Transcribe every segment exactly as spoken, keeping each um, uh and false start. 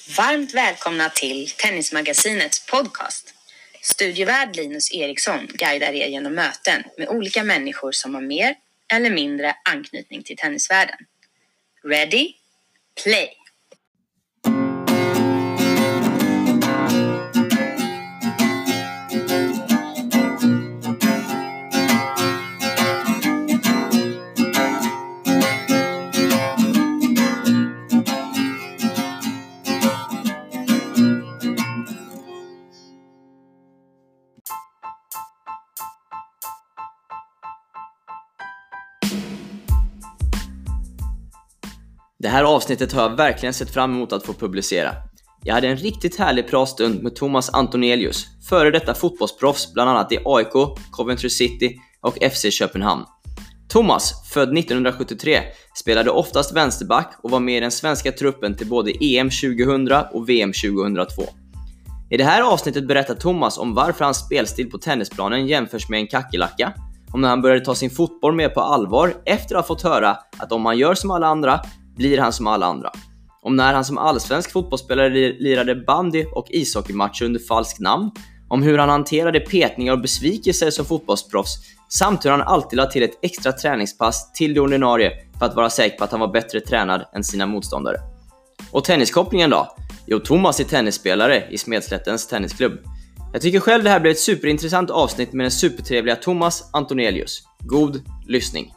Varmt välkomna till Tennismagasinets podcast. Studievärd Linus Eriksson guidar er genom möten med olika människor som har mer eller mindre anknytning till tennisvärlden. Ready? Play! Det här avsnittet har jag verkligen sett fram emot att få publicera. Jag hade en riktigt härlig pratstund med Thomas Antonelius, före detta fotbollsproffs bland annat i A I K, Coventry City och F C Köpenhamn. Thomas, född nittonhundrasjuttiotre, spelade oftast vänsterback och var med i den svenska truppen till både E M tjugohundra och V M tjugohundratvå. I det här avsnittet berättar Thomas om varför hans spelstil på tennisplanen jämförs med en kackerlacka, om när han började ta sin fotboll mer på allvar efter att ha fått höra att om man gör som alla andra blir han som alla andra. Om när han som allsvensk fotbollsspelare lirade bandy och ishockeymatcher under falskt namn. Om hur han hanterade petningar och besvikelser som fotbollsproffs. Samt hur han alltid lade till ett extra träningspass till det ordinarie för att vara säker på att han var bättre tränad än sina motståndare. Och tenniskopplingen då? Jo, Thomas är tennisspelare i Smedslättens tennisklubb. Jag tycker själv det här blev ett superintressant avsnitt med den supertrevliga Thomas Antonelius. God lyssning!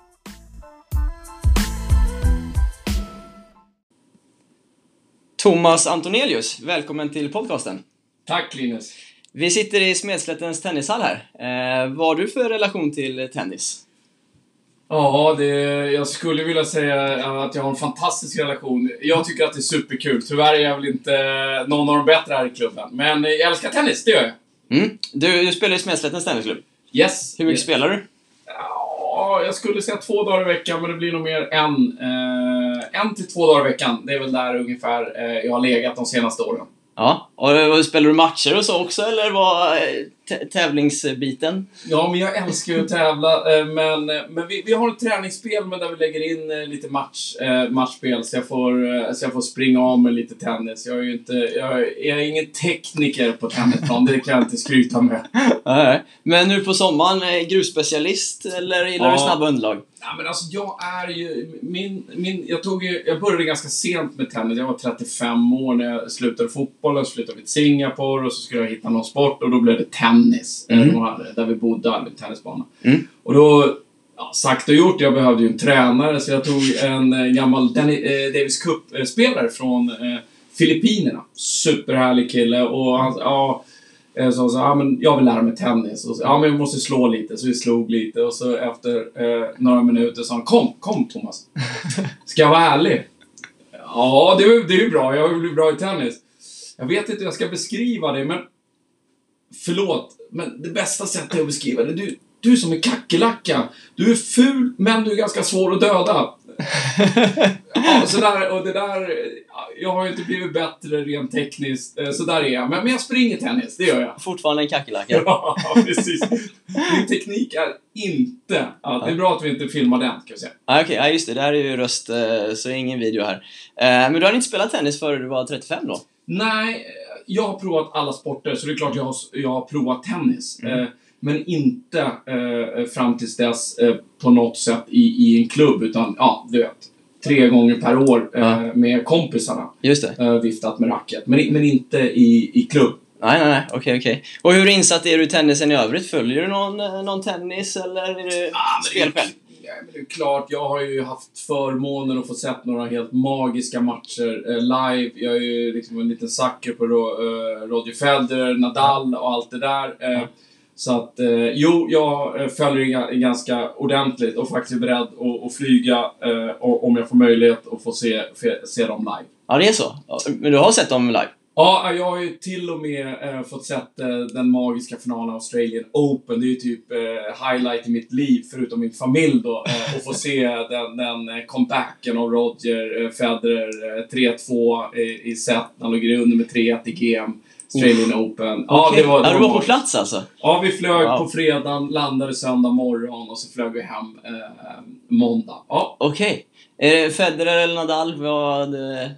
Thomas Antonelius, välkommen till podcasten. Tack Linus. Vi sitter i Smedslättens tennishall här. Eh, vad har du för relation till tennis? Ja, det, jag skulle vilja säga att jag har en fantastisk relation. Jag tycker att det är superkul. Tyvärr är jag väl inte någon av de bättre här i klubben. Men jag älskar tennis, det gör jag. Mm. Du, du spelar i Smedslättens tennisklubb? Yes. Hur mycket yes. spelar du? Ja, jag skulle säga två dagar i veckan, men det blir nog mer en. Eh, en till två dagar i veckan. Det är väl där ungefär eh, jag har legat de senaste åren. Ja, och spelar du matcher och så också, eller vad t- tävlingsbiten? Ja, men jag älskar ju att tävla, eh, men, men vi, vi har ett träningsspel men där vi lägger in eh, lite match, eh, matchspel, så jag, får, eh, så jag får springa av med lite tennis. Jag är ju inte, jag, jag är ingen tekniker på tennisplan, det kan jag inte skryta med. Nej, men nu på sommaren, grusspecialist eller gillar ja. du snabba underlag? Ja, men alltså jag är ju min, min, jag, tog ju, jag började ganska sent med tennis. Jag var trettiofem år när jag slutade fotboll. Jag slutade vid Singapore och så skulle jag hitta någon sport. Och då blev det tennis. Mm. Där, där vi bodde, med tennisbana. Mm. Och då, ja, sagt och gjort, jag behövde ju en tränare. Så jag tog en gammal Danny, eh, Davis Cup-spelare från eh, Filippinerna. Superhärlig kille. Och han, ja... Så sa, ja men jag vill lära mig tennis. Och så, ja men jag måste slå lite. Så vi slog lite. Och så efter eh, några minuter sa han, kom, kom Thomas. Ska jag vara ärlig? Ja, det är, det är ju bra. Jag vill bli bra i tennis. Jag vet inte hur jag ska beskriva det. Men förlåt. Men det bästa sättet att beskriva det. Du, du som är kackerlacka. Du är ful men du är ganska svår att döda. Ja, så där, och det där, jag har ju inte blivit bättre rent tekniskt, så där är jag. Men, men jag springer tennis, det gör jag. Fortfarande en kackerlacka. Ja, precis. Min teknik är inte, ja, det är bra att vi inte filmar den, kan jag säga. Ah, okej, okay. Ja, just det, det här är ju röst, så ingen video här. Men du har inte spelat tennis förrän du var trettiofem då? Nej, jag har provat alla sporter, så det är klart jag har, jag har provat tennis. Mm. Men inte eh, fram tills dess eh, på något sätt i, i en klubb. Utan, ja, du vet, tre gånger per år eh, ja. med kompisarna. Just det. Eh, viftat med racket. Men, men inte i, i klubb. Nej, nej, nej. Okej, okej. Och hur insatt är du i tennisen i övrigt? Följer du någon, någon tennis eller är du ah, spel själv? Ja, men det är klart, jag har ju haft förmånen att få sett några helt magiska matcher eh, live. Jag är ju liksom en liten sucker på eh, Roger Federer, Nadal och allt det där. Eh, ja. Så att, eh, jo, jag följer ganska ordentligt och faktiskt är beredd att, att flyga eh, om jag får möjlighet att få se, se dem live. Ja, det är så. Men du har sett dem live? Ja, jag har ju till och med eh, fått sett eh, den magiska finalen av Australian Open. Det är ju typ eh, highlight i mitt liv, förutom min familj då. Eh, och få se den, den comebacken av Roger eh, Federer eh, tre två i, i set. Han låg under med tre ett i G M. Australian oh. Open. Ja, okay. det var, det ja, du var på var plats alltså? Ja, vi flög wow. på fredagen, landade söndag morgon och så flög vi hem eh, måndag. Ja. Okej. Okay. Är det Federer eller Nadal? Vad...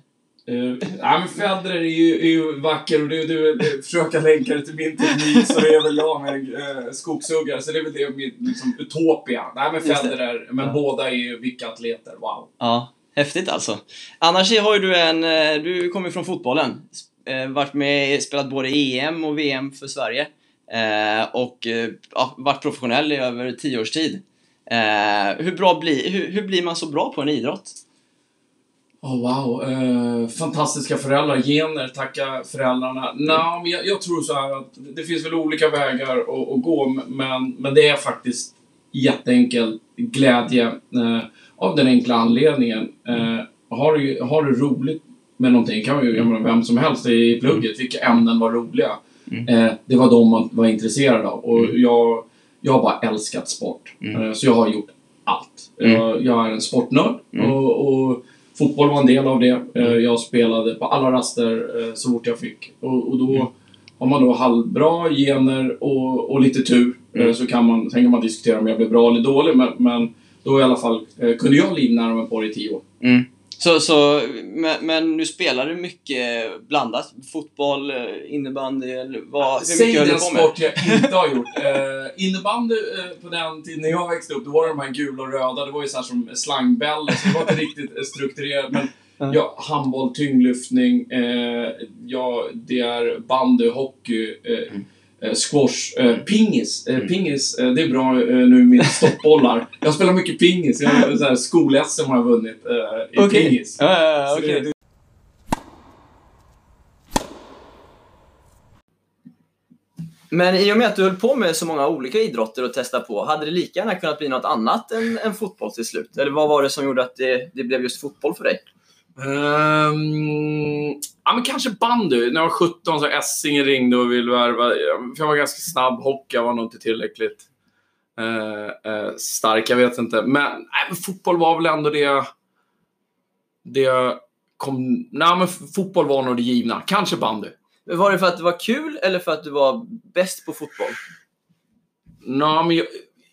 Uh, ja, men Federer är ju, är ju vacker och du, du, du försöker länka det till min teknik, så det är väl jag med uh, skogshuggare, så det är väl det min liksom, utopia. Nej, men Federer, men ja. Båda är ju vilka atleter, wow. Ja, häftigt alltså. Annars har ju du en, du kommer från fotbollen, varit med, spelat både E M och V M för Sverige och ja, varit professionell i över tio års tid. Hur, bra blir, hur, hur blir man så bra på en idrott? Oh, wow, uh, fantastiska föräldrar, gener, tacka föräldrarna. Mm. No, men jag, jag tror så här att det finns väl olika vägar att, att gå, men, men det är faktiskt jätteenkel glädje uh, av den enkla anledningen. Uh, har, du, har du roligt med någonting, kan ju, jag menar, vem som helst i plugget, vilka ämnen var roliga. Mm. Uh, det var de man var intresserad av, och mm. jag, jag har bara älskat sport. Mm. Uh, så jag har gjort allt. Mm. Jag, jag är en sportnörd, mm. och, och fotboll var en del av det. Jag spelade på alla raster så fort jag fick. Och, och då mm. har man då halvbra gener och, och lite tur. Mm. Så kan man, sen kan man diskutera om jag blev bra eller dålig. Men, men då i alla fall kunde jag livnära mig på det i tio år. Mm. Så, så, men, men nu spelar du mycket blandat? Fotboll, innebandy, eller vad? Säg mycket den sport jag inte har gjort. Uh, innebandy uh, på den tiden när jag växte upp, då var det de här gula och röda. Det var ju så här som slangbälle, så det var inte riktigt strukturerat. Men mm. ja, handboll, tyngdlyftning, uh, ja, det är bandy, hockey, uh, mm. Uh, squash, uh, pingis. Uh, pingis, uh, det är bra uh, nu med stoppbollar. Jag spelar mycket pingis. Jag har så här skol-S M har jag vunnit uh, i okay. pingis. Ja, ja, ja, okay. det... Men i och med att du höll på med så många olika idrotter att testa på, hade det lika gärna kunnat bli något annat än, än fotboll till slut? Eller vad var det som gjorde att det, det blev just fotboll för dig? Um, ja, men kanske bandy. När jag var sjutton så Essingen ringde och ville värva. För jag var ganska snabb. Hockey var nog inte tillräckligt uh, uh, stark, jag vet inte. Men, nej, men fotboll var väl ändå det det kom. Nej, men fotboll var nog det givna. Kanske bandy. Var det för att det var kul eller för att du var bäst på fotboll? Nej, men jag,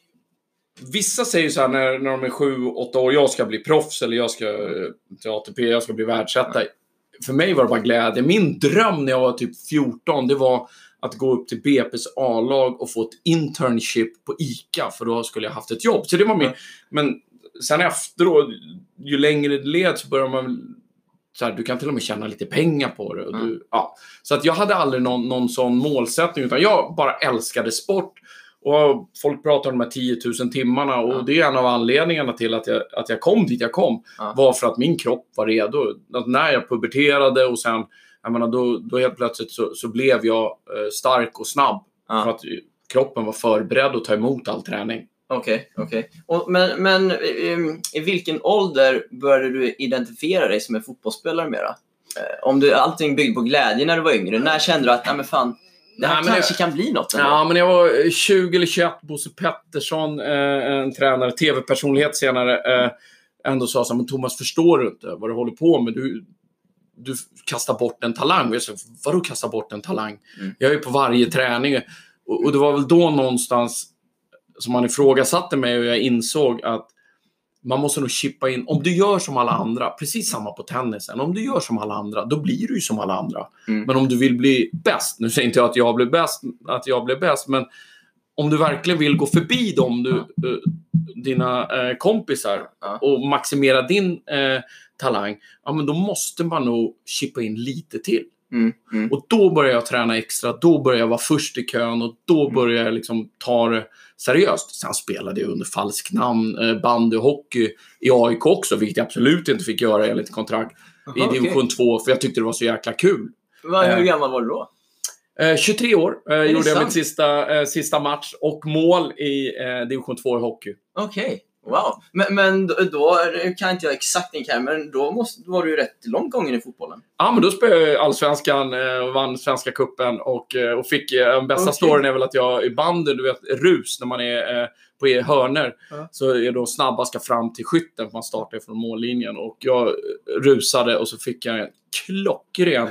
vissa säger så här när, när de är sju åtta år, jag ska bli proffs eller jag ska till A T P, jag ska bli världsetta. Mm. För mig var det bara glädje. Min dröm när jag var typ fjorton, det var att gå upp till B P:s A-lag och få ett internship på ICA, för då skulle jag haft ett jobb. Så det var min, mm. men sen efteråt, ju längre det led så börjar man så här, du kan till och med tjäna lite pengar på det. Och du, mm. ja. Så att jag hade aldrig någon, någon sån målsättning, utan jag bara älskade sport. Och folk pratar om de här tio tusen timmarna, och mm. det är en av anledningarna till att jag, att jag kom dit jag kom. Mm. Var för att min kropp var redo. Att när jag puberterade och sen, jag menar, då, då helt plötsligt så, så blev jag eh, stark och snabb. Mm. För att kroppen var förberedd att ta emot all träning. Okej, okay, okej. Okay. Men, men i, i vilken ålder började du identifiera dig som en fotbollsspelare mera? Om du allting byggde på glädje när du var yngre, när kände du att, nej men fan, det här nej, kanske jag, kan bli något ändå? Ja, men jag var tjugo eller tjugoett, Bosse Pettersson, eh, en tränare, tv-personlighet senare, eh, ändå sa så här, men Thomas, förstår du inte vad du håller på med? Du, du kastar bort en talang. Jag sa, vadå kasta bort en talang? Mm. Jag är ju på varje träning. Och, och det var väl då någonstans som man ifrågasatte mig, och jag insåg att man måste nog chippa in. Om du gör som alla andra, precis samma på tennisen. Om du gör som alla andra, då blir du ju som alla andra. Mm. Men om du vill bli bäst, nu säger inte jag att jag blir bäst, att jag blir bäst, men om du verkligen vill gå förbi dem, du, uh, dina uh, kompisar uh. och maximera din uh, talang, ja, men då måste man nog chippa in lite till. Mm, mm. Och då börjar jag träna extra, då börjar jag vara först i kön, och då börjar jag liksom ta det seriöst. Sen spelade jag under falsk namn, eh, bandy och hockey i A I K också, vilket jag absolut inte fick göra enligt kontrakt. Aha, i division okay. två, för jag tyckte det var så jäkla kul. Va, hur gammal var du då? Eh, tjugotre år eh, gjorde sant? jag mitt sista, eh, sista match och mål i eh, division två i hockey. Okej. Okay. Wow, men, men då kan inte jag exakt in här, men då måste, då var du ju rätt långt gången i fotbollen. Ja, men då spelade jag Allsvenskan och vann Svenska cupen och, och fick en bästa okay. storyn är väl att jag i bandet, du vet, rus när man är på er hörner, ja. Så är då snabbast ska fram till skytten, man startar från mållinjen, och jag rusade och så fick jag en klockren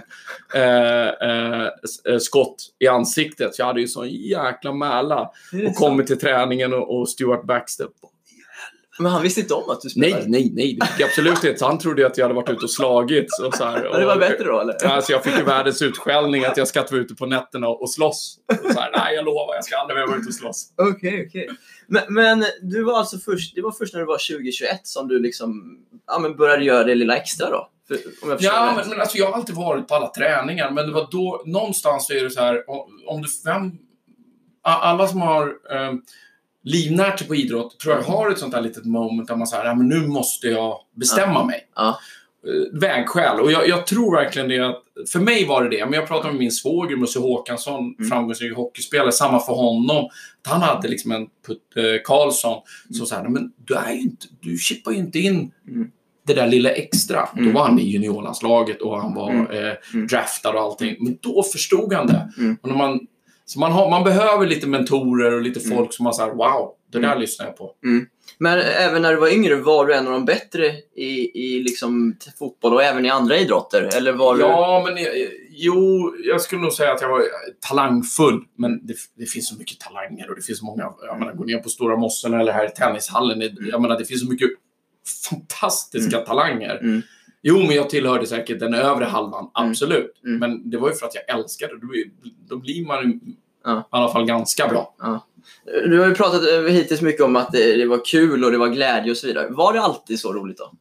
eh, eh, skott i ansiktet. Så jag hade ju sån jäkla mäla och kommit till träningen och, och Stuart Baxter, Men han visste inte om att du spelade? Nej, nej, nej. Det fick jag absolut inte. Han trodde att jag hade varit ute och slagits. Och så här, och, men det var bättre då, eller? Alltså, jag fick ju världens utskällning att jag ska vara ute på nätterna och slåss. Och så här, nej, jag lovar, jag ska aldrig vara ute och slåss. Okej, okay, okej. Okay. Men, men du var alltså först, det var först när du var tjugo tjugoett som du liksom, ja, men började göra det lilla extra då? För, om jag ja, men, men alltså, jag har alltid varit på alla träningar. Men det var då, någonstans så är det så här, om du, vem, alla som har eh, livnärt sig på idrott tror jag har ett sånt här litet moment där man säger, ja, men nu måste jag bestämma ja. mig. Ja. Vägskäl. Och jag, jag tror verkligen det att, för mig var det det, men jag pratade med min svåger Musse Håkansson, mm. framgångsrik hockeyspelare, samma för honom. Han hade liksom en Putt, eh, Karlsson mm. som sa, men du är ju inte, du chippar ju inte in mm. det där lilla extra. Mm. Då var han i juniorlandslaget och han var mm. eh, draftad och allting. Men då förstod han det. Mm. Och när man, så man, har, man behöver lite mentorer och lite folk mm. som man säger, wow, det där mm. lyssnar jag på. Mm. Men även när du var yngre, var du en av de bättre i, i liksom fotboll och även i andra idrotter? Eller var ja, du... men jo, jag skulle nog säga att jag var talangfull. Men det, det finns så mycket talanger och det finns så många, jag menar, gå ner på Stora Mossen eller här i tennishallen. Mm. Jag menar, det finns så mycket fantastiska mm. talanger. Mm. Jo, men jag tillhörde säkert den övre halvan, absolut. Mm. Men det var ju för att jag älskade det. Då, då blir man ja. i alla fall ganska bra. Ja. Du har ju pratat hittills mycket om att det, det var kul och det var glädje och så vidare. Var det alltid så roligt då?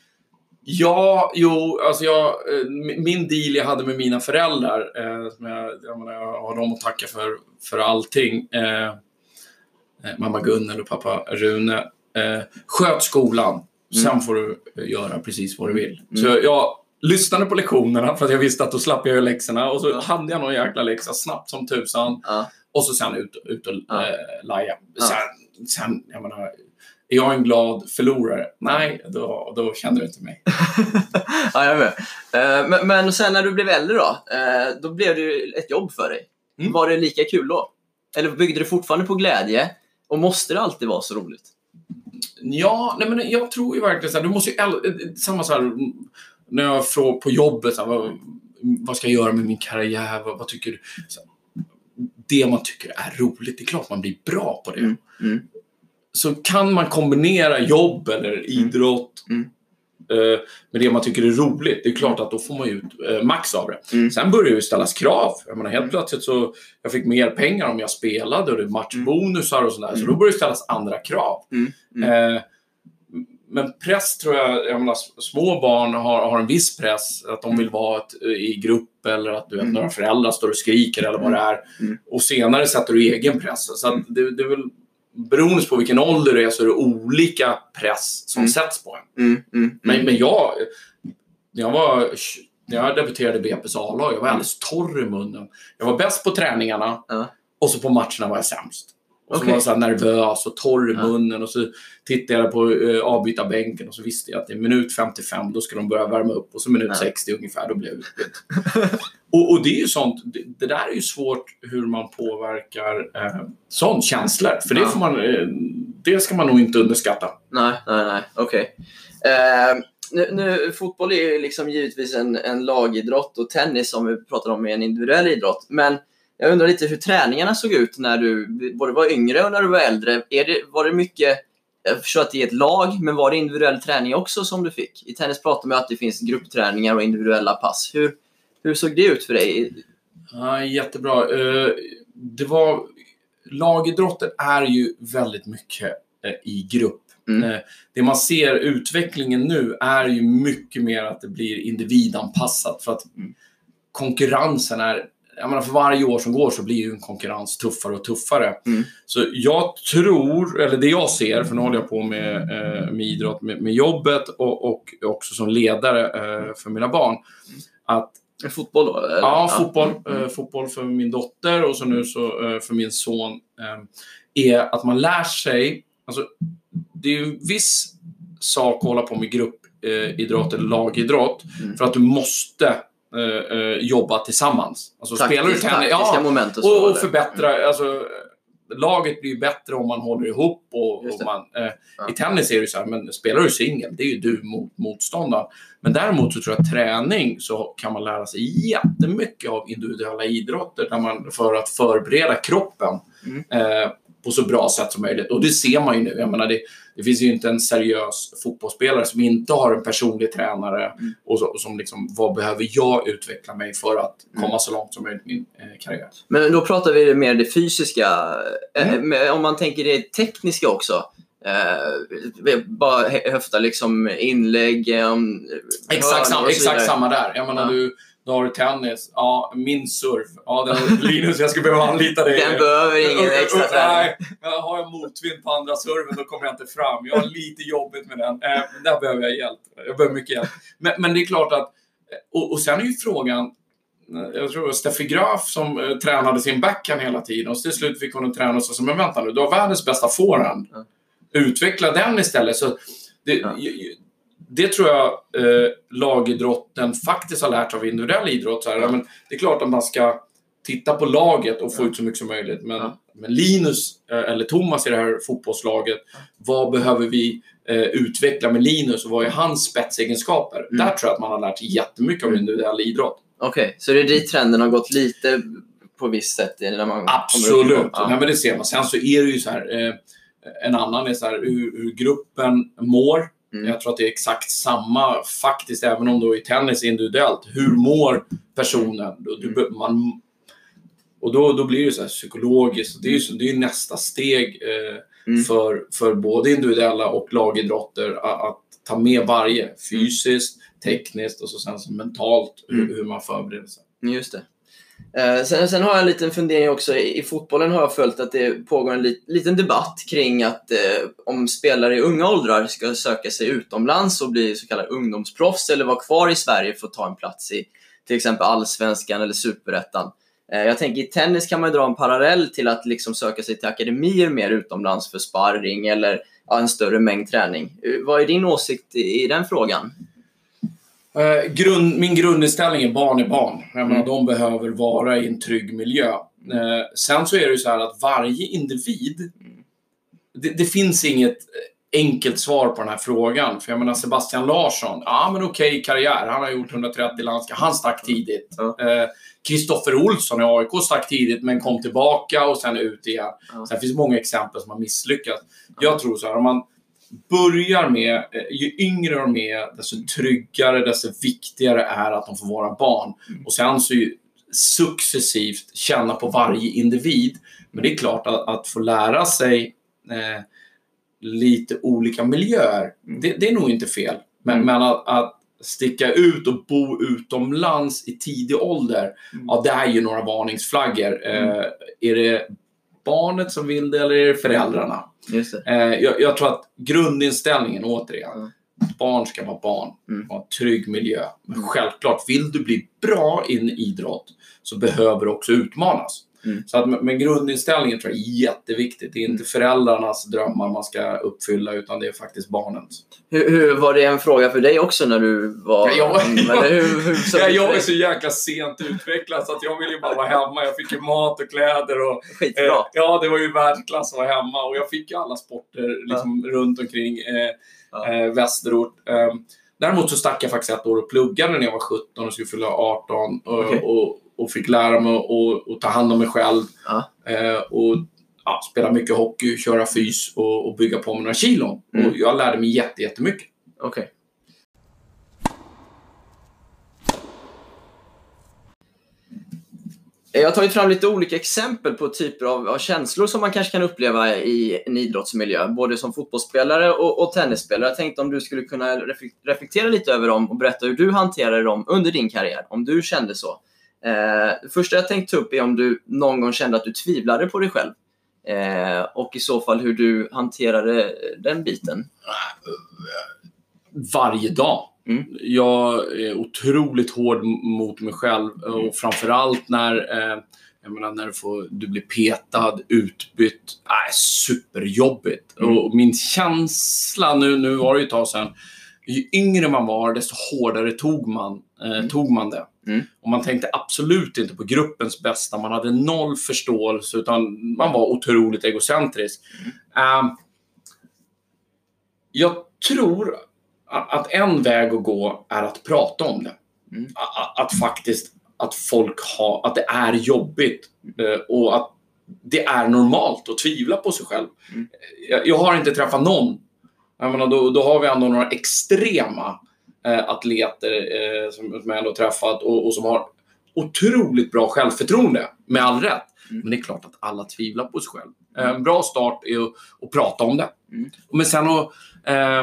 Ja, jo, alltså jag, min deal jag hade med mina föräldrar, eh, som jag, jag, menar, jag har dem att tacka för, för allting. Eh, mamma Gunnel och pappa Rune. Eh, sköt skolan, mm. sen får du göra precis vad du vill. Mm. Så jag, jag lyssnade på lektionerna för att jag visste att då slapp jag ju läxorna. Och så ja. hade jag någon jäkla läxa snabbt som tusan. Ja. Och så sen ut, ut och ja. äh, laja. Sen, ja. sen, jag menar, är jag en glad förlorare? Nej, då, då kände du inte mig. Ja, jag vet. Uh, men, men sen när du blev äldre då, uh, då blev det ju ett jobb för dig. Mm. Var det lika kul då? Eller byggde du fortfarande på glädje? Och måste det alltid vara så roligt? Ja, nej, men jag tror ju verkligen så här, du måste ju, äl- samma så här, när jag frågar på jobbet, så här, vad, vad ska jag göra med min karriär? Vad, vad tycker du? Så här, det man tycker är roligt, det är klart man blir bra på det. Mm. Mm. Så kan man kombinera jobb eller idrott mm. eh, med det man tycker är roligt, det är klart att då får man ut eh, max av det. Mm. Sen börjar det ju ställas krav. Jag menar, helt mm. plötsligt så jag fick mer pengar om jag spelade och det matchbonusar och sådär. Mm. Så då börjar det ställas andra krav. Mm. Mm. Eh, men press tror jag, jag menar, små barn har, har en viss press att de vill vara ett, i grupp eller att du vet, mm. några föräldrar står och skriker eller vad det är. Mm. Och senare sätter du egen press. Så att det, det är väl beroende på vilken ålder det är så är det olika press som mm. sätts på en. Mm. Mm. Mm. Men, men jag, jag var, jag debuterade i B P:s A-lag, jag var alldeles torr i munnen. Jag var bäst på träningarna mm. och så på matcherna var jag sämst. Och så okay. var jag så här nervös och torr i ja. munnen. Och så tittade jag på uh, avbyta bänken. Och så visste jag att i minut femtiofem då ska de börja värma upp. Och så minut ja. sextio ungefär då blev jag utbytt. och, och det är ju sånt. Det, det där är ju svårt hur man påverkar uh, sånt känslor. För det, ja. får man, uh, det ska man nog inte underskatta. Nej, nej, nej. Okej. Okay. Uh, nu, nu, fotboll är ju liksom givetvis en, en lagidrott. Och tennis som vi pratar om är en individuell idrott. Men jag undrar lite hur träningarna såg ut när du både var yngre och när du var äldre. Är det, var det mycket, jag förstår att det är ett lag, men var det individuell träning också som du fick? I tennis pratar man att det finns gruppträningar och individuella pass. Hur, hur såg det ut för dig? Ja, jättebra. Det var, lagidrotten är ju väldigt mycket i grupp. Mm. Det man ser utvecklingen nu är ju mycket mer att det blir individanpassat för att konkurrensen är, jag menar, för varje år som går så blir ju en konkurrens tuffare och tuffare. Mm. Så jag tror, eller det jag ser, för nu håller jag på med, eh, med idrott, med, med jobbet och, och också som ledare eh, för mina barn. Att, fotboll då? Eller? Ja, fotboll, mm. eh, fotboll för min dotter och så nu så eh, för min son. Eh, är att man lär sig, alltså det är ju en viss sak att hålla på med gruppidrott eh, eller lagidrott. Mm. För att du måste Uh, uh, jobba tillsammans. Alltså Taktisk, spelar du tennis, ja, moment och, så, och, och förbättra, mm. alltså laget blir ju bättre om man håller ihop och, och man, uh, ja. I tennis är det så här, men spelar du singel, det är ju du mot motståndaren. Men däremot så tror jag att träning så kan man lära sig jättemycket av individuella idrotter där man, för att förbereda kroppen mm. uh, på så bra sätt som möjligt. Och det ser man ju nu. Jag menar, det, det finns ju inte en seriös fotbollsspelare som inte har en personlig tränare mm. och, så, och som liksom, vad behöver jag utveckla mig för att komma mm. så långt som möjligt i min eh, karriär. Men då pratar vi mer det fysiska. Mm. Eh, om man tänker det tekniska också. Eh, bara höfta liksom inlägg. Um, exakt samma, exakt samma där. Jag menar, ja. du... Då har du tennis. Ja, min surf. Ja, den, Linus, jag ska behöva anlita dig. Den behöver ingen extra träning. Nej, har jag motvind på andra surfen, då kommer jag inte fram. Jag har lite jobbigt med den. Eh, där behöver jag hjälp. Jag behöver mycket hjälp. Men, men det är klart att... Och, och sen är ju frågan... Jag tror att Steffi Graf som eh, tränade sin backhand hela tiden. Och till slut fick hon en tränare och så, men vänta nu, du har världens bästa forehand. Mm. Utveckla den istället. Så det... Ja. Det tror jag eh, lagidrotten faktiskt har lärt av individuell idrott. Så här. Ja. Men det är klart att man ska titta på laget och få ja. ut så mycket som möjligt. Men, ja. men Linus, eh, eller Thomas i det här fotbollslaget, ja. vad behöver vi eh, utveckla med Linus och vad är hans spetsegenskaper? Mm. Där tror jag att man har lärt sig jättemycket av individuell idrott. Okej, okay. Så det är dit trenden har gått lite på visst sätt? När man Absolut, ja. Nej, men det ser man. Sen så är det ju så här, eh, en annan är så här, hur, hur gruppen mår. Mm. Jag tror att det är exakt samma faktiskt, även om då i tennis individuellt. Hur mår personen? Du, man, och då, då blir det så här psykologiskt. Det är ju det är nästa steg eh, mm. för, för både individuella och lagidrotter att, att ta med varje fysiskt, tekniskt och så sen så mentalt mm. hur, hur man förbereder sig. Just det. Eh, sen, sen har jag en liten fundering också. I, i fotbollen har jag följt att det pågår en lit, liten debatt kring att eh, om spelare i unga åldrar ska söka sig utomlands och bli så kallade ungdomsproffs eller vara kvar i Sverige för att ta en plats i till exempel allsvenskan eller superettan. Eh, jag tänker i tennis kan man dra en parallell till att liksom söka sig till akademier mer utomlands för sparring eller ja, en större mängd träning. Vad är din åsikt i, i den frågan? Uh, grund, min grundinställning är barn är barn. Jag menar, mm. de behöver vara i en trygg miljö. Uh, sen så är det ju så här att varje individ... Det, det finns inget enkelt svar på den här frågan. För jag menar Sebastian Larsson. Ja men okej, okay, karriär. Han har gjort hundratrettio landskap. Han stack tidigt. Kristoffer mm. uh, Olsson i A I K stack tidigt men kom tillbaka och sen ut igen. Mm. Sen finns det många exempel som har misslyckats. Mm. Jag tror så här, om man... börjar med, ju yngre de är desto tryggare, desto viktigare är att de får vara barn. Mm. Och sen så ju successivt känna på varje individ. Men det är klart att, att få lära sig eh, lite olika miljöer, mm. det, det är nog inte fel. Men, mm. men att, att sticka ut och bo utomlands i tidig ålder, mm. ja det är ju några varningsflaggor. Mm. Eh, är det barnet som vill det eller är det föräldrarna? Just det. Eh, jag, jag tror att grundinställningen återigen, mm. barn ska vara barn, mm. ha en trygg miljö. Men självklart, vill du bli bra i en idrott så behöver du också utmanas. Mm. Så att med grundinställningen tror jag är jätteviktigt. Det är inte föräldrarnas drömmar man ska uppfylla utan det är faktiskt barnens. Hur, hur var det en fråga för dig också när du var... Ja, jag, eller hur, hur ja, jag är så jäkla sent utvecklad så att jag ville ju bara vara hemma. Jag fick ju mat och kläder och... Skitbra. Eh, ja, det var ju världsklass att vara hemma och jag fick ju alla sporter liksom, ja. runt omkring eh, ja. eh, Västerort. Eh, däremot så stack jag faktiskt ett år och pluggade när jag var sjutton och skulle fylla arton och, okay. och och fick lära mig att ta hand om mig själv ja. eh, och ja, spela mycket hockey, köra fys och, och bygga på mig några kilon. Mm. Och jag lärde mig jätte, jättemycket. Okej. Okay. Jag har tagit fram lite olika exempel på typer av, av känslor som man kanske kan uppleva i en idrottsmiljö, både som fotbollsspelare och, och tennisspelare. Jag tänkte om du skulle kunna reflektera lite över dem och berätta hur du hanterade dem under din karriär, om du kände så. Eh, det första jag tänkte upp är om du någon gång kände att du tvivlade på dig själv. Eh, och i så fall hur du hanterade den biten. Varje dag. Mm. Jag är otroligt hård mot mig själv. Mm. Och framförallt när, eh, jag menar, när du, får, du blir petad, utbytt. Äh, superjobbigt. Mm. Och min känsla, nu, nu var det ju ett tag sedan. Ju yngre man var, desto hårdare tog man, eh, mm. tog man det. Mm. Och man tänkte absolut inte på gruppens bästa. Man hade noll förståelse utan man var otroligt egocentrisk. Mm. Uh, jag tror att en väg att gå är att prata om det. Mm. Att, att faktiskt att folk har, att det är jobbigt uh, och att det är normalt att tvivla på sig själv. Mm. Jag, jag har inte träffat någon. Jag menar, då, då har vi ändå några extrema eh, atleter eh, som, som jag ändå träffat och, och som har otroligt bra självförtroende, med all rätt. Mm. Men det är klart att alla tvivlar på sig själv. En bra start är att, att prata om det. Mm. Men sen att eh,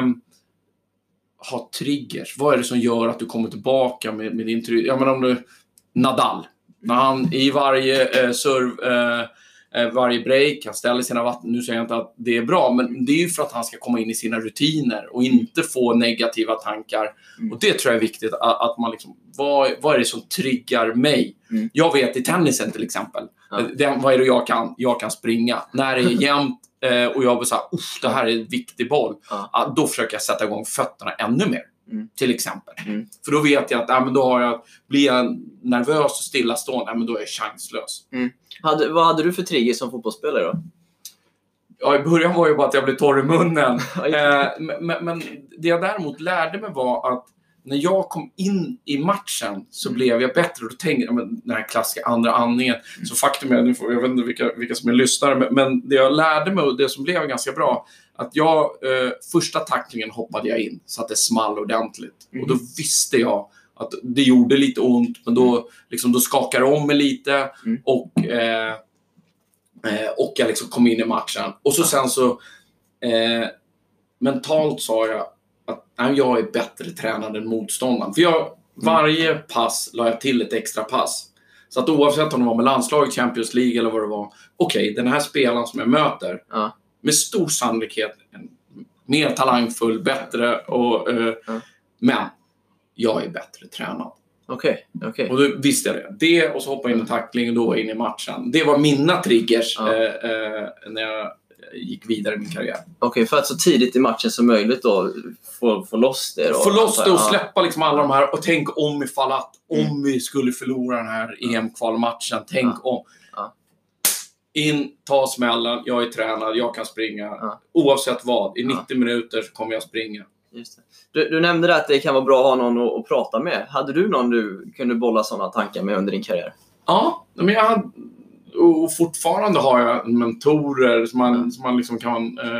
ha triggers. Vad är det som gör att du kommer tillbaka med, med din trigger? Jag menar om du... Nadal. När han i varje eh, serv... Eh, varje break, han ställer sina vatten. Nu säger jag inte att det är bra, men det är ju för att han ska komma in i sina rutiner och inte få negativa tankar. Mm. Och det tror jag är viktigt att, att man liksom, vad, vad är det som triggar mig? Mm. Jag vet i tennisen till exempel, ja. det, vad är det jag kan? Jag kan springa. När det är jämnt eh, och jag vill säga, det här är en viktig boll. Ja. Då försöker jag sätta igång fötterna ännu mer. Mm. Till exempel. Mm. För då vet jag att äh, men då har jag, blir jag nervös och stillastående, äh, men då är jag chanslös. Mm. Hade, vad hade du för trigger som fotbollsspelare då? Ja, i början var ju bara att jag blev torr i munnen. eh, men, men det jag däremot lärde mig var att när jag kom in i matchen så mm. blev jag bättre. Och då tänkte jag, men den här klassiska andra andningen. Mm. Så faktum är, nu får, jag vet inte vilka, vilka som är lyssnare, men, men det jag lärde mig och det som blev ganska bra, att jag, eh, första tacklingen hoppade jag in så att det small ordentligt. Mm. Och då visste jag att det gjorde lite ont, men då, liksom, då skakade jag om mig lite mm. och, eh, eh, och jag liksom kom in i matchen. Och så sen så eh, mentalt sa jag att nej, jag är bättre tränad än motståndaren. För jag, varje pass la jag till ett extra pass. Så att oavsett om det var med landslaget, Champions League eller vad det var, okej, okay, den här spelaren som jag möter, ja. med stor sannolikhet en, mer talangfull, bättre och, eh, ja. men jag är bättre tränad. Okej, okay, okej. Okay. Och då visste jag det. Det och så hoppade jag in i tackling och då var jag in i matchen. Det var mina triggers ja. eh, eh, när jag gick vidare i min karriär. Okej, okay, för att så tidigt i matchen som möjligt då få, få loss det då. Få loss det och släppa liksom alla de här och tänk om ifall att mm. om vi skulle förlora den här E M-kvalmatchen, tänk ja. om. Ja. In, ta smällen, jag är tränad, jag kan springa. Ja. Oavsett vad, i nittio ja. minuter så kommer jag springa. Just det. Du, du nämnde att det kan vara bra att ha någon att, att prata med. Hade du någon du kunde bolla sådana tankar med under din karriär? Ja, men jag hade, och fortfarande har jag mentorer som man, mm. som man liksom kan eh,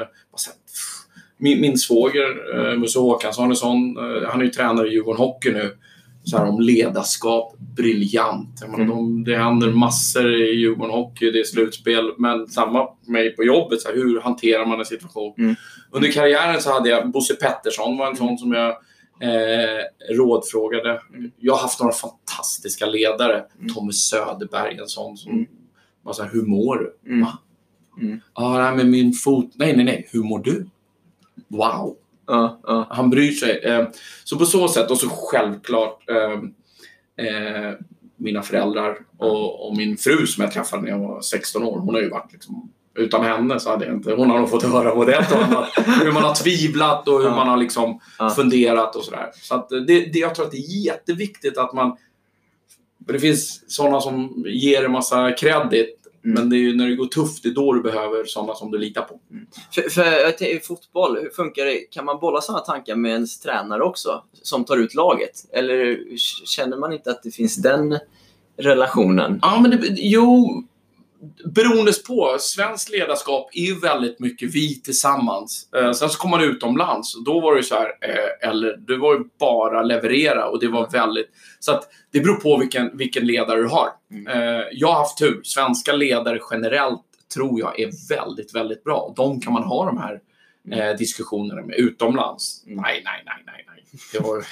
min, min svåger eh, Musse Håkansson är sån, eh, han är ju tränare i Djurgården Hockey nu, så här om ledarskap, briljant. Jag menar, mm. de, det händer massor i Djurgården Hockey, det är slutspel, men samma med mig på jobbet, så här, hur hanterar man en situation? Mm. Under karriären så hade jag Bosse Pettersson var en sån som jag eh, rådfrågade. Mm. Jag har haft några fantastiska ledare, mm. Tommy Söderberg, en sån som mm. var så här, hur mår du? Mm. Va? Mm. Ja, det här med min fot. Nej, nej, nej. Hur mår du? Wow. Uh, uh. Han bryr sig. Eh, så på så sätt, och så självklart eh, eh, mina föräldrar och, och min fru som jag träffade när jag var sexton år. Hon har ju varit liksom, utan henne så hade jag inte, hon har nog fått höra både ett och annat. Hur man har tvivlat och hur uh. man har liksom uh. funderat och sådär. Så att det, det, jag tror att det är jätteviktigt att man, det finns sådana som ger en massa kredit. Mm. Men det är ju när det går tufft, det är då du behöver sådana som du litar på. Mm. För, för i fotboll, hur funkar det? Kan man bolla sådana tankar med ens tränare också? Som tar ut laget? Eller känner man inte att det finns den relationen? Ja, men det, jo, beroende på. Svensk ledarskap är ju väldigt mycket vi tillsammans. Eh, sen så kom man utomlands. Då var det så här, eh, eller det var ju bara leverera. Och det var väldigt, så att det beror på vilken, vilken ledare du har. Mm. Eh, jag har haft tur. Svenska ledare generellt tror jag är väldigt, väldigt bra. De kan man ha de här eh, diskussionerna med utomlands. Mm. Nej, nej, nej, nej, nej. Det var,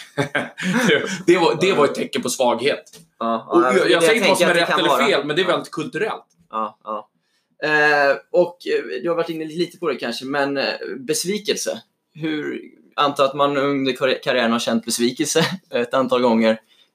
det, var, det var ett tecken på svaghet. Ja, och jag, jag, jag säger inte vad som är rätt eller fel, vara. Men det är väldigt kulturellt. Ja, ja. Eh, och du har varit inne lite på det kanske, men eh, besvikelse. Hur, antar att man under karriären har känt besvikelse ett antal gånger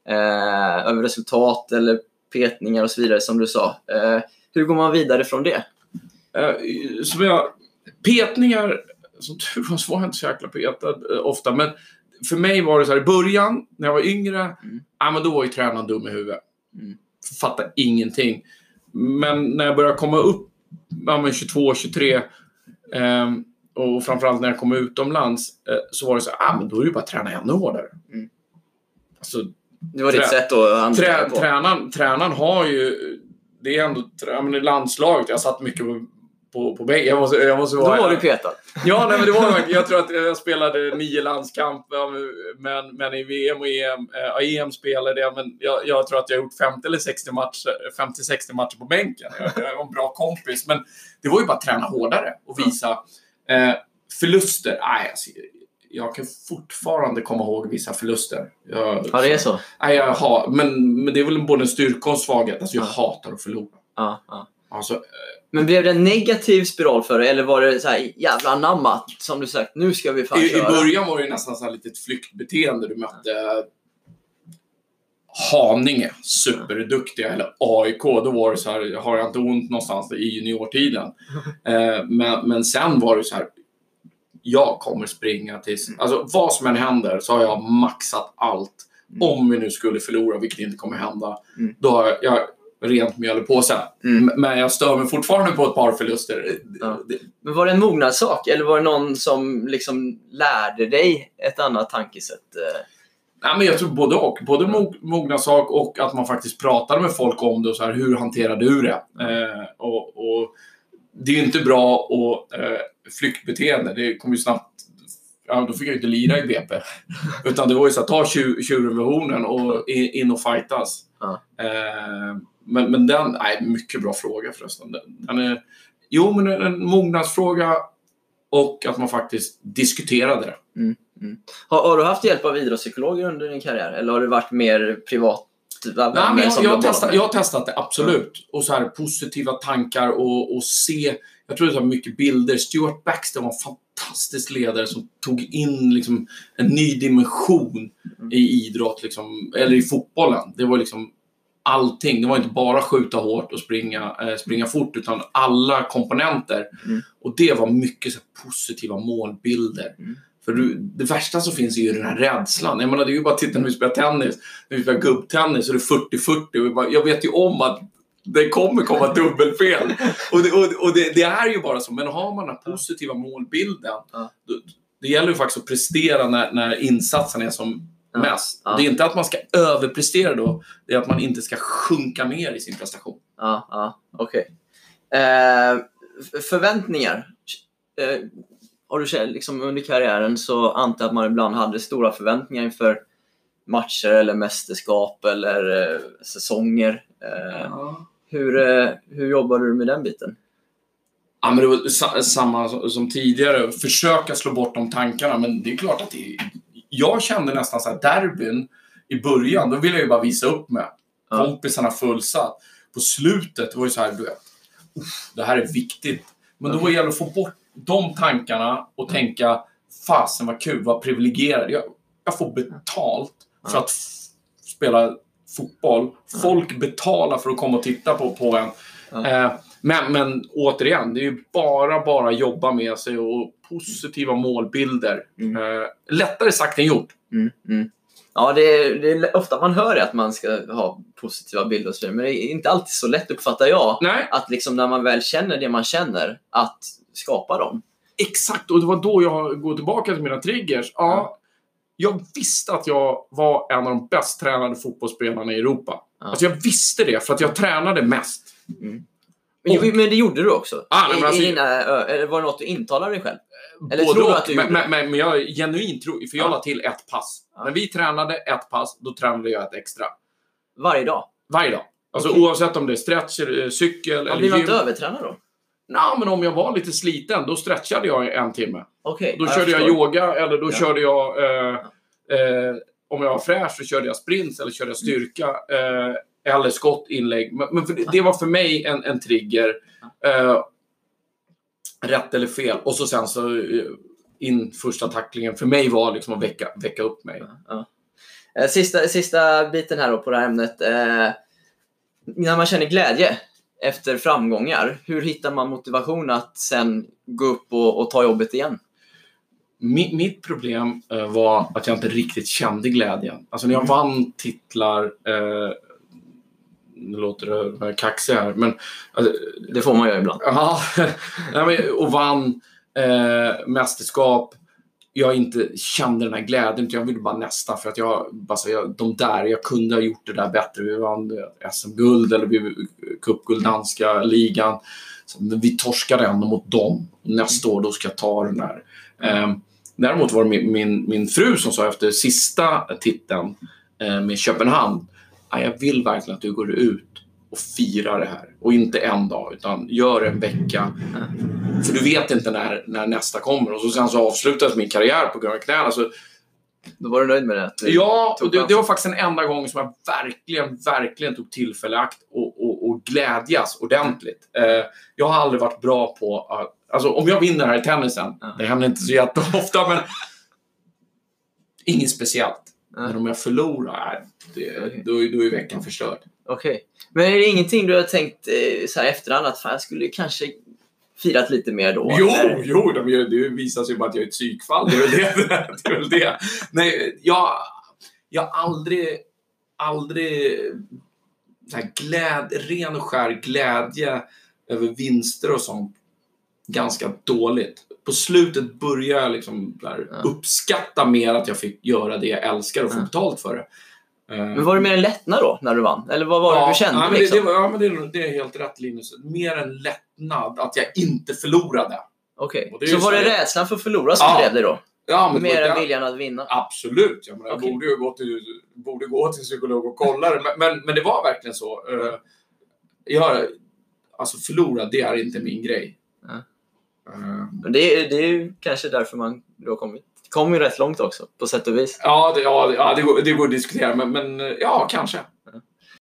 eh, över resultat eller petningar och så vidare som du sa. Eh, hur går man vidare från det? Eh, som jag, petningar, som tur var jag inte så jäkla petad eh, ofta, men för mig var det så här i början när jag var yngre, mm. ja, men då var ju tränaren dum i huvudet. Mm. Fattade ingenting. Men när jag började komma upp ja, tjugotvå tjugotre eh, och framförallt när jag kom utomlands eh, så var det så här, ah, men då är det ju bara att träna ännu hårdare. Mm. Alltså, det var ditt trä- sätt att trä- trä- tränaren, tränaren har ju, det är ändå ja, men i landslaget. Jag satt mycket på, på, på bänken. Jag måste, jag måste vara... Då var du petad. Ja, nej, men det var jag tror att jag spelade nio landskamper, men, men i V M och E M, äh, E M spelade jag, men jag, jag tror att jag har gjort femtio eller sextio matcher, femtio sextio matcher på bänken. Jag, jag var en bra kompis, men det var ju bara att träna hårdare och visa eh, förluster. Nej, alltså, jag kan fortfarande komma ihåg vissa förluster. Jag, ja, det är så. Nej, jag har, men, men det är väl både en styrka och en svaghet. Alltså, jag ja. hatar att förlora. Ja, ja. Alltså, eh, men blev det en negativ spiral för dig? Eller var det så här jävla anammat? Som du sagt, nu ska vi fan i, köra. I början var det nästan så här litet flyktbeteende. Du mötte ja. Haninge, superduktiga, eller A I K. Då var det så här, har jag inte ont någonstans i juniortiden. eh, men, men sen var det så här, jag kommer springa tills, alltså vad som än händer så har jag maxat allt. Mm. Om vi nu skulle förlora, vilket inte kommer hända, mm. då har jag, jag rent mjöl på sig. Mm. Men jag stör mig fortfarande på ett par förluster. Ja. Men var det en mognadssak? Eller var det någon som liksom lärde dig ett annat tankesätt? Nej, men jag tror både och. Både mog- mognadssak och att man faktiskt pratade med folk om det och så här, hur hanterar du det? Eh, och, och det är ju inte bra och eh, flyktbeteende. Det kommer ju snabbt. Ja, då fick jag ju inte lira i B P. Utan det var ju så att ta tjuren vid hornen och in, in och fightas. Ja. Eh, men, men den, nej, mycket bra fråga förresten. Den, den är, jo, men en, en mognadsfråga och att man faktiskt diskuterade det. Mm, mm. Har, har du haft hjälp av idrottspsykologer under din karriär? Eller har du varit mer privat? Nej, men jag, jag, har testat, jag har testat det, absolut. Mm. Och så här positiva tankar och, och se, jag tror det var mycket bilder. Stuart Baxter var en fantastisk ledare som tog in liksom en ny dimension mm. i idrott liksom, eller i fotbollen. Det var liksom allting. Det var inte bara skjuta hårt och springa, eh, springa fort, utan alla komponenter. Mm. Och det var mycket så här positiva målbilder. Mm. För du, det värsta som finns är ju den här rädslan. Jag menar, det är ju bara att titta när vi spelar tennis. När vi spelar gubbtennis så är det fyrtio fyrtio. Och bara, jag vet ju om att det kommer komma dubbelfel. Och, det, och, och det, det är ju bara så. Men har man den positiva målbilden, ja. då, det gäller ju faktiskt att prestera när, när insatsen är som ja. mest. Ja. Det är inte att man ska överprestera då. Det är att man inte ska sjunka ner i sin prestation. Ja, ja, okej. Okay. Eh, förväntningar. Eh, Har du sett, liksom under karriären så antar jag att man ibland hade stora förväntningar inför matcher eller mästerskap eller eh, säsonger. Eh, ja. hur, eh, hur jobbar du med den biten? Ja, men det var sa- samma som tidigare. Försöka slå bort de tankarna. Men det är klart att det, jag kände nästan så här derbyn i början. Då ville jag ju bara visa upp mig. Ja. Kompisarna fullsatt. På slutet var det så här, du vet, det här är viktigt. Men då var det gäller att få bort de tankarna och tänka, fasen vad kul, vad privilegierad. Jag, jag får betalt för att f- spela fotboll. Folk betalar för att komma och titta på, på en. Eh, men, men återigen, det är ju bara, bara jobba med sig och positiva målbilder. Mm. Eh, lättare sagt än gjort. Mm, mm. Ja, det är, det är ofta man hör att man ska ha positiva bilder och så vidare, men det är inte alltid så lätt, uppfattar jag. Nej. Att liksom när man väl känner det man känner, att skapa dem. Exakt, och det var då jag går tillbaka till mina triggers. Ja, ja. Jag visste att jag var en av de bäst tränade fotbollsspelarna i Europa. Ja. Alltså jag visste det för att jag tränade mest. Mm. Men, och, men det gjorde du också? Ah, nej, I, alltså, i dina, eller var det något du intalade dig själv? Eller både tror du och, att du men, men, men jag är genuint tror, för jag ja. la till ett pass. Ja. När vi tränade ett pass, då tränade jag ett extra. Varje dag? Varje dag. Alltså okay. Oavsett om det är stretch, cykel ja, eller blir man gym. inte övertränad då? Nej, men om jag var lite sliten, då stretchade jag en timme. Okay. Då ja, körde jag, jag yoga, eller då ja. körde jag... Eh, ja. eh, om jag var fräsch så körde jag sprints, eller körde jag styrka. Eh, eller skottinlägg. Men, men för det, det var för mig en, en trigger. Eh, rätt eller fel. Och så sen så... in första tacklingen för mig var liksom att väcka, väcka upp mig. Ja. Sista, sista biten här då på det här ämnet. Eh, när man känner glädje efter framgångar, hur hittar man motivation att sen gå upp och, och ta jobbet igen? Mitt, mitt problem eh, var att jag inte riktigt kände glädjen. Alltså när jag vann titlar, eh, nu låter det kaxig här, men alltså, det får man göra ibland. Ja, och vann eh, mästerskap. Jag inte kände den här glädjen, jag ville bara nästa för att jag, bara så jag, de där, jag kunde ha gjort det där bättre. Vi vann S M-guld eller vi cupguld, danska ligan. Så, men vi torskade ändå mot dem. Nästa år då ska jag ta den där. Eh, däremot var det min, min, min fru som sa efter sista titeln eh, med Köpenhamn. Jag vill verkligen att du går ut och firar det här. Och inte en dag, utan gör en vecka. För du vet inte när, när nästa kommer. Och så sen så avslutades min karriär på grund av knäna. Så då var du nöjd med det? Ja, och det, det var faktiskt den enda gången som jag verkligen, verkligen tog tillfälle akt och, och, och glädjas ordentligt. Eh, jag har aldrig varit bra på att... Alltså om jag vinner här i tennisen, ja. Det händer inte så jätteofta, men inget speciellt. Ja. Men om jag förlorar, det, okay. då, då är veckan förstörd. Okej. Okay. Men är det ingenting du har tänkt eh, så här efterhand att fan, jag skulle kanske firat lite mer då? Jo, eller? jo det, det visar sig bara att jag är ett psykfall. Det är väl det. det, är väl det. Nej, jag, jag har aldrig, aldrig så här gläd, ren och skär glädje över vinster och sånt ganska dåligt. På slutet började jag liksom där ja. uppskatta mer att jag fick göra det jag älskar och få ja. betalt för det. Men var det mer en lättnad då när du vann? Eller vad var det ja, du kände? Ja, men, liksom? det, det, ja, men det, det är helt rätt, Linus. Mer en lättnad att jag inte förlorade. Okej, okay. Så var det rädslan för att förlora som ja. drev dig då? Ja, men mer än jag, viljan att vinna? Absolut. Jag, menar, okay. jag borde ju gå till, borde gå till psykolog och kolla det. Men, men, men det var verkligen så. Uh, jag, alltså förlora, det är inte min grej. Ja. Uh, men det, är, det är ju kanske därför man du har kommit. Kom ju rätt långt också, på sätt och vis. Ja, det, ja, ja, det, går, det går att diskutera, men, men ja, kanske. Ja.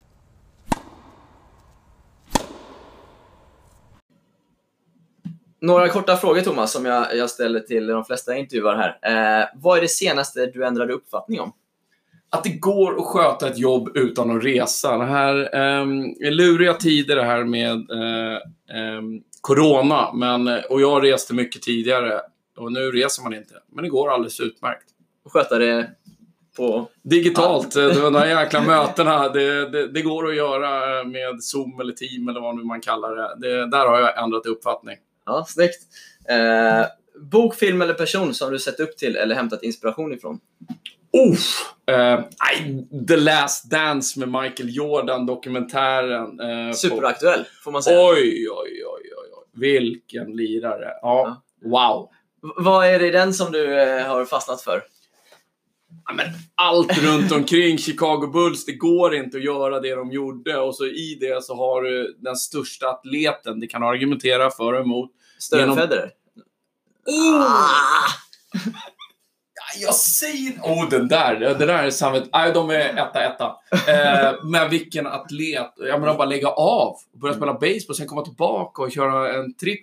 Några korta frågor, Thomas, som jag, jag ställer till de flesta intervjuer här. Eh, vad är det senaste du ändrade uppfattning om? Att det går att sköta ett jobb utan att resa. Det här eh, är luriga tider det här med eh, eh, corona, men, och jag reste mycket tidigare. Och nu reser man inte. Men det går alldeles utmärkt. Och sköta det på... digitalt. Ja. De här jäkla mötena. Det, det, det går att göra med Zoom eller Team eller vad nu man kallar det. det där har jag ändrat uppfattning. Ja, snyggt. Eh, bok, film eller person som du sett upp till eller hämtat inspiration ifrån? Uff, eh, The Last Dance med Michael Jordan, dokumentären. Eh, Superaktuell, får man säga. Oj, oj, oj, oj. Vilken lirare. Ja, ja. Wow. Vad är det den som du eh, har fastnat för? Ja, men allt runt omkring Chicago Bulls, det går inte att göra det de gjorde. Och så i det så har du den största atleten. Det kan argumentera för och emot. Större genom... Federer? Oh! Ah! Ja, jag säger... Oh, den där. Den där är samvet. Nej, de är etta, etta. Eh, men vilken atlet. Jag menar bara lägga av. Och börja spela baseball. Sen komma tillbaka och köra en tripp.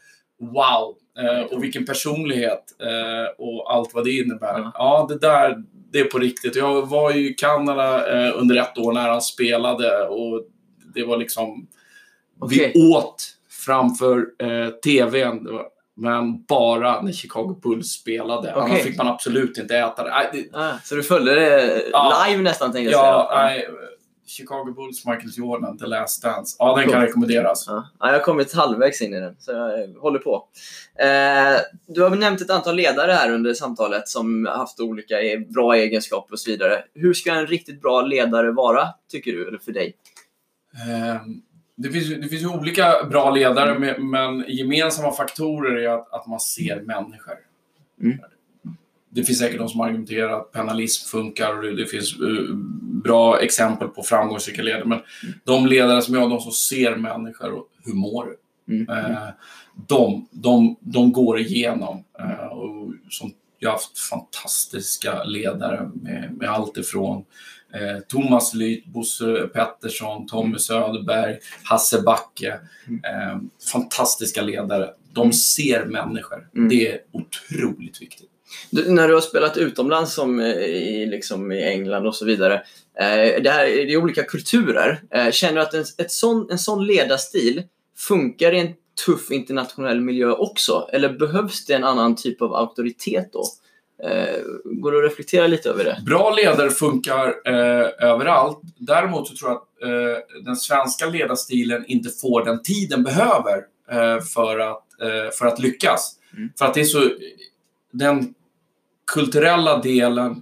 Wow. Eh, och vilken personlighet eh, och allt vad det innebär. Mm. Ja, det där, det är på riktigt. Jag var ju i Kanada eh, under ett år när han spelade och det var liksom okay. Vi åt framför eh, tvn, men bara när Chicago Bulls spelade. Okay. Annars fick man absolut inte äta det. Nej, det... Ah, så du följde det ja, live nästan, tänkte jag ja, säga. Nej, Chicago Bulls, Michael Jordan, The Last Dance. Ja, den kan rekommenderas. Ja, jag har kommit halvvägs in i den, så jag håller på. Eh, du har nämnt ett antal ledare här under samtalet som har haft olika bra egenskaper och så vidare. Hur ska en riktigt bra ledare vara, tycker du, eller för dig? Eh, det, finns, det finns ju olika bra ledare, mm. men gemensamma faktorer är att, att man ser människor. Mm. Det finns säkert de som argumenterar att penalism funkar och det finns uh, bra exempel på framgångsrika ledare. Men mm. de ledare som jag, de som ser människor och hur mår mm. uh, de, de, de går igenom. Uh, och som jag har haft fantastiska ledare med, med allt ifrån uh, Thomas Lyth, Bosse Pettersson, Tommy Söderberg, Hasse Backe. Mm. Uh, fantastiska ledare. De ser människor. Mm. Det är otroligt viktigt. Du, när du har spelat utomlands som i, liksom i England och så vidare, eh, det, här, det är olika kulturer. Eh, känner du att en, ett sån, en sån ledarstil funkar i en tuff internationell miljö också? Eller behövs det en annan typ av auktoritet då? Eh, går du att reflektera lite över det? Bra ledare funkar eh, överallt. Däremot så tror jag att eh, den svenska ledarstilen inte får den tiden behöver eh, för, att, eh, för att lyckas. Mm. För att det är så... Den kulturella delen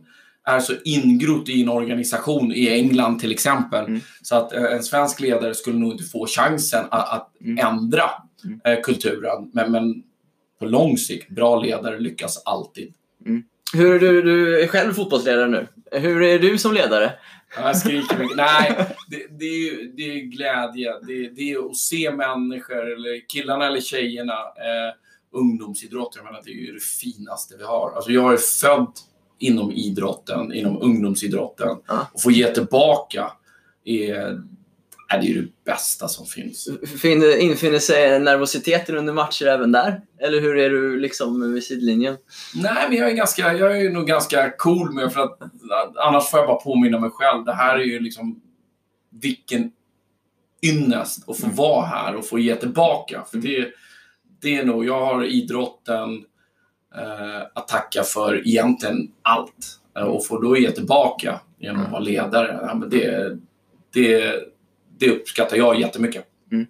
är så ingrott i en organisation i England till exempel. Mm. Så att en svensk ledare skulle nog inte få chansen att, att mm. ändra mm. Eh, kulturen. Men, men på lång sikt, bra ledare lyckas alltid. Mm. Hur är du, du är själv fotbollsledare nu? Hur är du som ledare? Ja, jag skriker mycket. Nej, det, det, är ju, det är glädje. Det, det är att se människor, eller killarna eller tjejerna, eh, ungdomsidrotter. Men det är ju det finaste vi har. Alltså jag är född inom idrotten, inom ungdomsidrotten. Ah. Och få ge tillbaka är, är det ju det bästa som finns. Finner, infinner sig nervositeten under matcher även där? Eller hur är du liksom vid sidlinjen? Nej, men jag är, ganska, jag är nog ganska cool med, för att annars får jag bara påminna mig själv. Det här är ju liksom vilken ynnest att få mm. vara här och få ge tillbaka. För det, det är nog, jag har idrotten eh, att tacka för egentligen allt. Eh, och få då ge tillbaka genom att vara ledare. Ja, men det, det, det uppskattar jag jättemycket. Mm.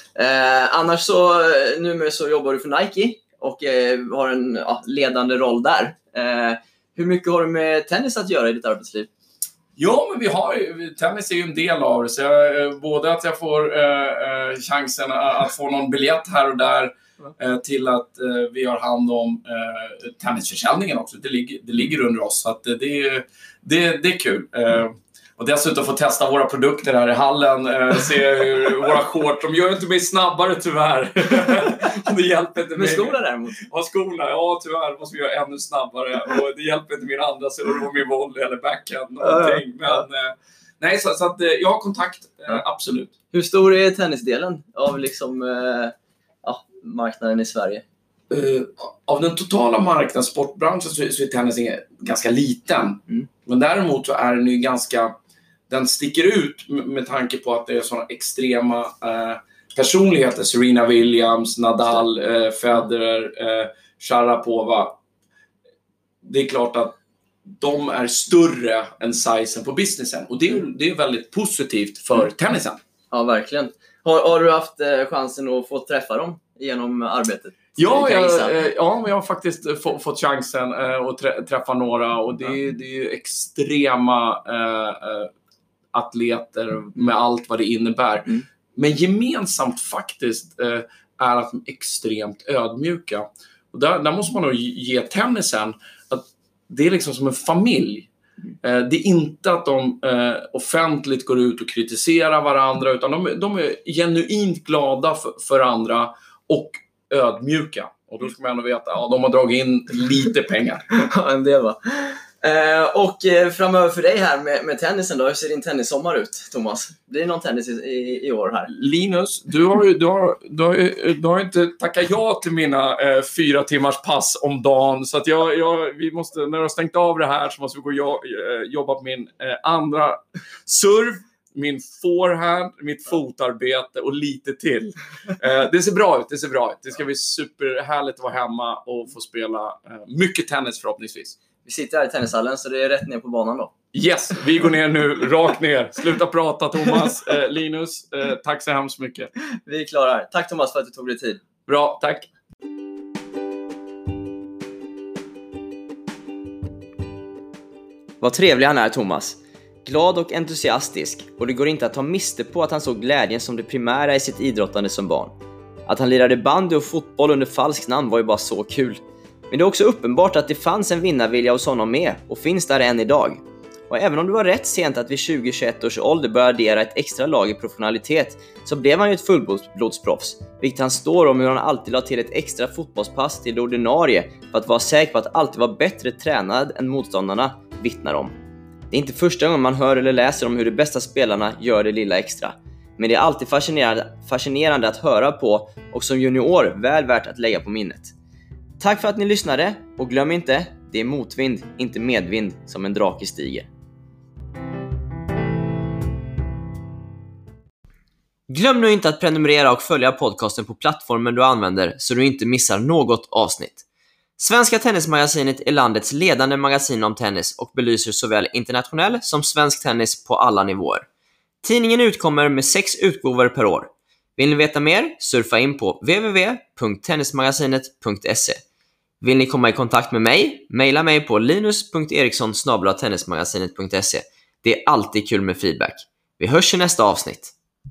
Eh, annars så, numera så jobbar du för Nike och eh, har en ja, ledande roll där. Eh, hur mycket har du med tennis att göra i ditt arbetsliv? Ja, men vi har tennis är ju en del av det. Så jag, både att jag får eh, chansen att få någon biljett här och där eh, till att eh, vi har hand om eh, tennisförsäljningen också. Det ligger, det ligger under oss, så att det, det, det, det är kul. Eh, Och dessutom få testa våra produkter här i hallen. Eh, se hur våra shorts. De gör inte mig snabbare tyvärr. Det hjälper inte mig. Men skorna däremot? Ja, skorna. Ja, tyvärr måste vi göra ännu snabbare. Och det hjälper inte min andra så då min volley eller backhand. Någonting. Men eh, nej, så, så att eh, jag har kontakt. Eh, absolut. Hur stor är tennisdelen av liksom, eh, ja, marknaden i Sverige? Uh, av den totala marknaden, sportbranschen, så, så är tennisen ganska liten. Mm. Men däremot så är den ju ganska... Den sticker ut med, med tanke på att det är sådana extrema uh, personligheter. Serena Williams, Nadal, uh, Federer, uh, Sharapova. Det är klart att de är större än sizen på businessen. Och det är, det är väldigt positivt för mm. tennisen. Ja, verkligen. Har, har du haft uh, chansen att få träffa dem genom arbetet? Ja, jag, ja, men jag har faktiskt få, fått chansen äh, att trä, träffa några. Och det, ja. det är ju extrema äh, atleter med allt vad det innebär. Mm. Men gemensamt faktiskt äh, är att de är extremt ödmjuka. Och där, där måste man nog ge tennisen att det är liksom som en familj. Mm. Äh, det är inte att de äh, offentligt går ut och kritiserar varandra, utan de, de är genuint glada för, för andra och ödmjuka. Och då ska man ändå veta att ja, de har dragit in lite pengar. Ja, en del va. Eh, och eh, framöver för dig här med, med tennisen då, hur ser din tennissommar ut, Thomas? Blir det någon tennis i, i, i år här? Linus, du har ju du har, du har, du har inte tackat ja till mina eh, fyra timmars pass om dagen. Så att jag, jag, vi måste, när du har stängt av det här så måste vi gå och jo, jobba på min eh, andra serv. Min forehand, mitt fotarbete och lite till. Eh, det ser bra ut, det ser bra ut. Det ska bli superhärligt att vara hemma och få spela eh, mycket tennis förhoppningsvis. Vi sitter här i tennishallen så det är rätt ner på banan då. Yes, vi går ner nu, rakt ner. Sluta prata Thomas, eh, Linus, eh, tack så hemskt mycket. Vi är klara här. Tack Thomas för att du tog dig tid. Bra, tack. Vad trevlig han är, Thomas. Glad och entusiastisk, och det går inte att ta miste på att han såg glädjen som det primära i sitt idrottande som barn. Att han lirade bandy och fotboll under falskt namn var ju bara så kul. Men det är också uppenbart att det fanns en vinnarvilja hos honom med och finns där än idag. Och även om det var rätt sent att vid tjugo till tjugoett års ålder började addera ett extra lag i professionalitet, så blev han ju ett fullblodsproffs, vilket han står om hur han alltid la till ett extra fotbollspass till det ordinarie för att vara säker på att alltid vara bättre tränad än motståndarna, vittnar om. Det är inte första gången man hör eller läser om hur de bästa spelarna gör det lilla extra. Men det är alltid fascinerande, fascinerande att höra på och som junior väl värt att lägga på minnet. Tack för att ni lyssnade, och glöm inte, det är motvind, inte medvind, som en drake stiger. Glöm nu inte att prenumerera och följa podcasten på plattformen du använder så du inte missar något avsnitt. Svenska Tennismagasinet är landets ledande magasin om tennis och belyser såväl internationell som svensk tennis på alla nivåer. Tidningen utkommer med sex utgåvor per år. Vill ni veta mer? Surfa in på w w w punkt tennismagasinet punkt se. Vill ni komma i kontakt med mig? Maila mig på linus punkt eriksson snabel-a tennismagasinet punkt se. Det är alltid kul med feedback. Vi hörs i nästa avsnitt.